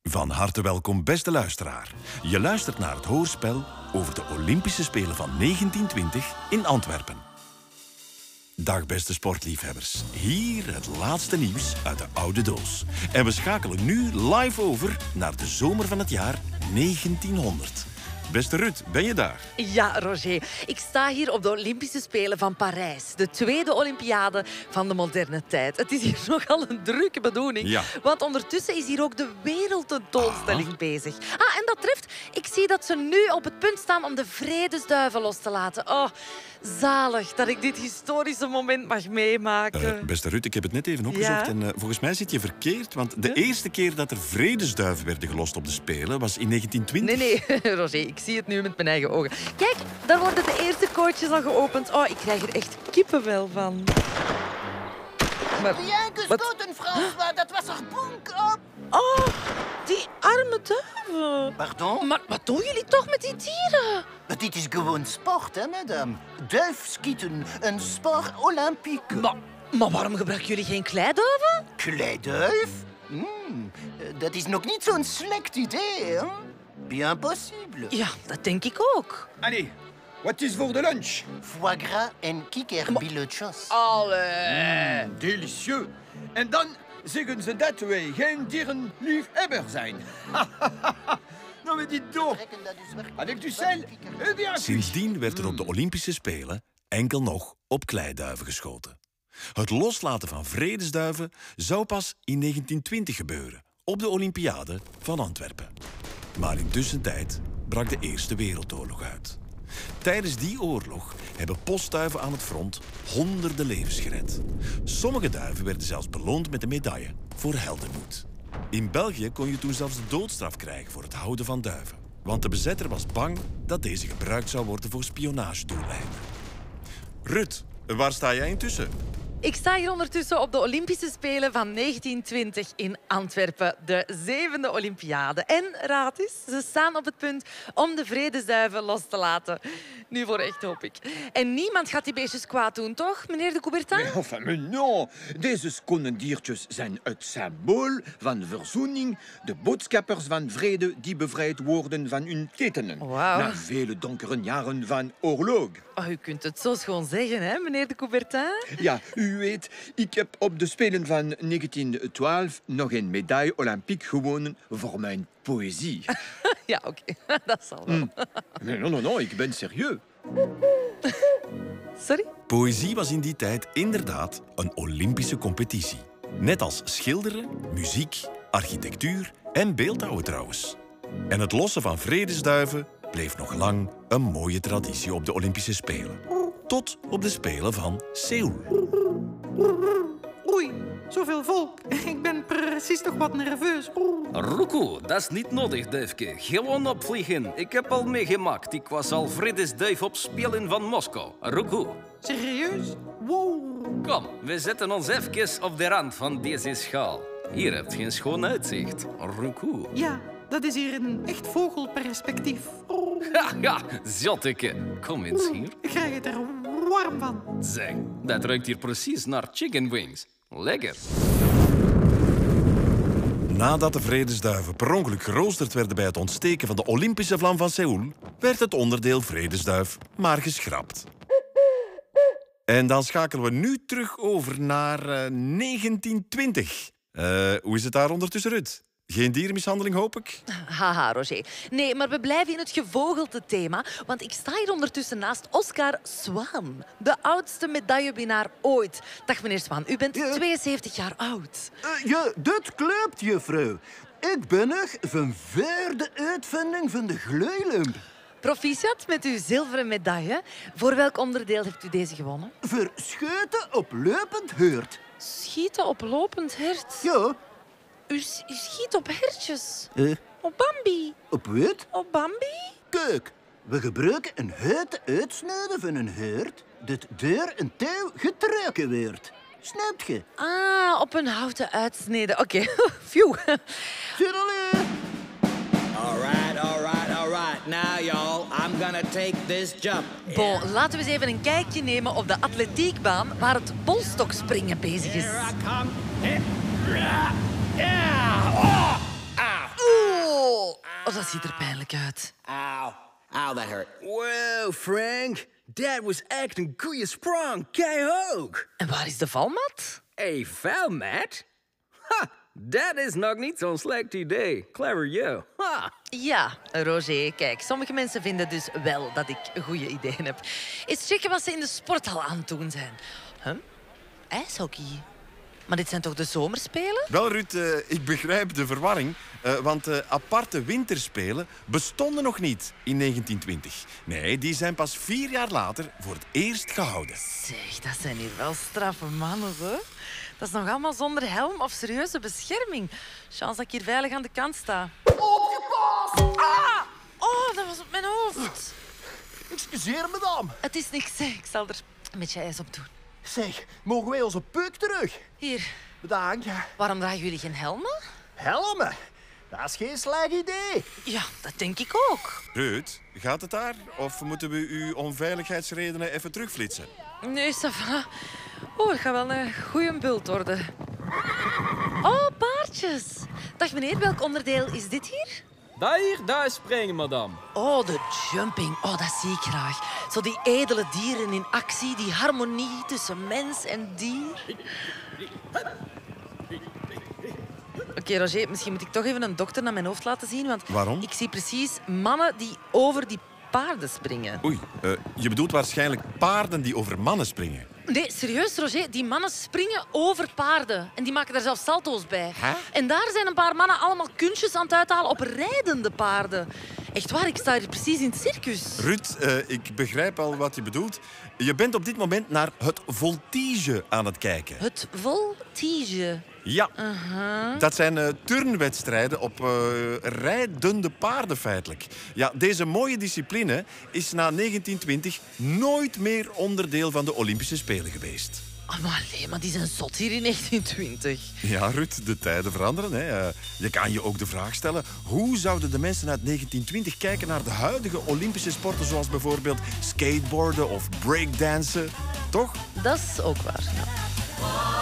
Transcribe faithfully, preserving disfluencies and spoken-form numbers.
Van harte welkom, beste luisteraar. Je luistert naar het hoorspel over de Olympische Spelen van negentien twintig in Antwerpen. Dag, beste sportliefhebbers. Hier het laatste nieuws uit de oude doos. En we schakelen nu live over naar de zomer van het jaar negentienhonderd. Beste Ruud, ben je daar? Ja, Roger. Ik sta hier op de Olympische Spelen van Parijs. De tweede Olympiade van de moderne tijd. Het is hier nogal een drukke bedoeling. Ja. Want ondertussen is hier ook de wereldtentoonstelling Ah. bezig. Ah, en dat treft. Ik zie dat ze nu op het punt staan om de vredesduiven los te laten. Oh, zalig dat ik dit historische moment mag meemaken. Uh, beste Ruud, ik heb het net even opgezocht. Ja? En uh, volgens mij zit je verkeerd. Want de eerste keer dat er vredesduiven werden gelost op de Spelen was in negentien twintig. Nee, nee, Roger, ik zie het nu met mijn eigen ogen. Kijk, daar worden de eerste kootjes al geopend. Oh, ik krijg er echt kippenvel van. Maar, Bien gestoten, François. Dat was er bonk op. oh, die arme duiven. Pardon? Maar wat doen jullie toch met die dieren? Dit is gewoon sport, hè, madame. Duifschieten, een sport olympique. Maar, maar waarom gebruiken jullie geen kleiduiven? Kleiduif? Hmm, dat is nog niet zo'n slecht idee, hè? Bien possible. Ja, dat denk ik ook. Allez, wat is voor de lunch? Foie gras en kikkerbilletjes. Allee. Mm, delicieux. En dan zeggen ze dat wij geen dierenliefhebber zijn. Non mais dites donc, Trekken dat dus werkelijk avec du van sel, kikker- eh bien cuit. Sindsdien werd er op de Olympische Spelen enkel nog op kleiduiven geschoten. Het loslaten van vredesduiven zou pas in negentien twintig gebeuren, op de Olympiade van Antwerpen. Maar intussen tijd brak de Eerste Wereldoorlog uit. Tijdens die oorlog hebben postduiven aan het front honderden levens gered. Sommige duiven werden zelfs beloond met een medaille voor heldenmoed. In België kon je toen zelfs de doodstraf krijgen voor het houden van duiven. Want de bezetter was bang dat deze gebruikt zou worden voor spionagedoeleinden. Rut, waar sta jij intussen? Ik sta hier ondertussen op de Olympische Spelen van negentien twintig in Antwerpen. De zevende Olympiade. En, raad eens, ze staan op het punt om de vredesduiven los te laten. Nu voor echt, hoop ik. En niemand gaat die beestjes kwaad doen, toch, meneer de Coubertin? Mais enfin, mais non. Deze schone diertjes zijn het symbool van verzoening, de boodschappers van vrede die bevrijd worden van hun ketenen. Wauw. Na vele donkere jaren van oorlog. Oh, u kunt het zo schoon zeggen, hè, meneer de Coubertin? Ja, u weet, ik heb op de Spelen van negentien twaalf nog een medaille olympique gewonnen voor mijn poëzie. Ja, oké. Dat zal wel. Nee, non, non, non, ik ben serieus. Sorry? Poëzie was in die tijd inderdaad een Olympische competitie. Net als schilderen, muziek, architectuur en beeldhouwen trouwens. En het lossen van vredesduiven bleef nog lang een mooie traditie op de Olympische Spelen. Tot op de Spelen van Seoul. Oei, zoveel volk. Ik ben precies toch wat nerveus. Ruku, dat is niet nodig, duifje. Gewoon opvliegen. Ik heb al meegemaakt. Ik was al vredesduif op Spelen van Moskou. Ruku. Serieus? Wow. Kom, we zetten ons even op de rand van deze schaal. Hier heb je een schoon uitzicht. Ruku. Ja, dat is hier een echt vogelperspectief. Ja, ja, zotteke. Kom eens hier. Ik krijg het er warm van. Zeg, dat ruikt hier precies naar chicken wings. Lekker. Nadat de vredesduiven per ongeluk geroosterd werden bij het ontsteken van de Olympische vlam van Seoul, werd het onderdeel vredesduif maar geschrapt. En dan schakelen we nu terug over naar uh, negentien twintig. Uh, hoe is het daar ondertussen, Ruud? Geen dierenmishandeling, hoop ik? Haha, Roger. Nee, maar we blijven in het gevogelte thema, want ik sta hier ondertussen naast Oscar Swan, de oudste medaillewinnaar ooit. Dag, meneer Swan, u bent Ja. tweeënzeventig jaar oud. Uh, ja, dat klopt, juffrouw. Ik ben nog van voor de uitvinding van de gloeilamp. Proficiat met uw zilveren medaille. Voor welk onderdeel heeft u deze gewonnen? Voor schuiten op lopend heurt. Schieten op lopend hert. Ja, U, s- u schiet op hertjes. eh, Op Bambi. op wat? Op Bambi? Kijk, we gebruiken een huid uitsnijden van een heurt dat door een touw getrokken wordt. Snapt je? Ah, op een houten uitsnede. Oké, phew. Zit alleen. All right, all right, all right. Now, y'all, I'm gonna take this jump. Bon, laten we eens even een kijkje nemen op de atletiekbaan waar het bolstokspringen bezig is. Here I come. Here. Yeah. Yeah. Oh. Ah. dat ziet er pijnlijk uit. Ow. Ow, that hurt. Wow, Frank. Dat was echt een goede sprong. Kei hoog. En waar is de valmat? Hey, vuilmat? Ha, dat is nog niet zo'n slecht idee. Clever you. Ha. Ja, Roger, kijk, sommige mensen vinden dus wel dat ik goede ideeën heb. Eens checken wat ze in de sporthal aan het doen zijn. Huh? IJshockey? Maar dit zijn toch de zomerspelen? Wel, Ruud, uh, ik begrijp de verwarring. Uh, want uh, aparte winterspelen bestonden nog niet in negentien twintig. Nee, die zijn pas vier jaar later voor het eerst gehouden. Zeg, dat zijn hier wel straffe mannen, hè? Dat is nog allemaal zonder helm of serieuze bescherming. Chance dat ik hier veilig aan de kant sta. Opgepast! Ah! Oh, dat was op mijn hoofd. Excuseer, madame. Het is niks, hè. Ik zal er een beetje ijs op doen. Zeg, mogen wij onze peuk terug? Hier, Bedankt. waarom dragen jullie geen helmen? Helmen? Dat is geen slecht idee. Ja, dat denk ik ook. Ruud, gaat het daar? Of moeten we u om veiligheidsredenen even terugflitsen? Nee, ça va. Oh, ik ga wel een goeie bult worden. Oh, paardjes. Dag meneer, welk onderdeel is dit hier? Daar hier, daar is springen, madame. Oh, de jumping. Oh, dat zie ik graag. Zo die edele dieren in actie, die harmonie tussen mens en dier. Oké, okay, Roger, misschien moet ik toch even een dokter naar mijn hoofd laten zien, want Waarom? ik zie precies mannen die over die paarden springen. Oei, uh, je bedoelt waarschijnlijk paarden die over mannen springen. Nee, serieus, Roger. Die mannen springen over paarden. En die maken daar zelfs salto's bij. Huh? En daar zijn een paar mannen allemaal kunstjes aan het uithalen op rijdende paarden. Echt waar, ik sta hier precies in het circus. Ruud, uh, ik begrijp al wat je bedoelt. Je bent op dit moment naar het voltige aan het kijken. Het voltige. Ja, Uh-huh. dat zijn uh, turnwedstrijden op uh, rijdende paarden feitelijk. Ja, deze mooie discipline is na negentien twintig nooit meer onderdeel van de Olympische Spelen geweest. Oh, maar nee, maar die zijn zot hier in negentien twintig. Ja, Ruud, de tijden veranderen. Hè. Uh, je kan je ook de vraag stellen, hoe zouden de mensen uit negentien twintig kijken naar de huidige Olympische sporten, zoals bijvoorbeeld skateboarden of breakdansen? Toch? Dat is ook waar. Ja.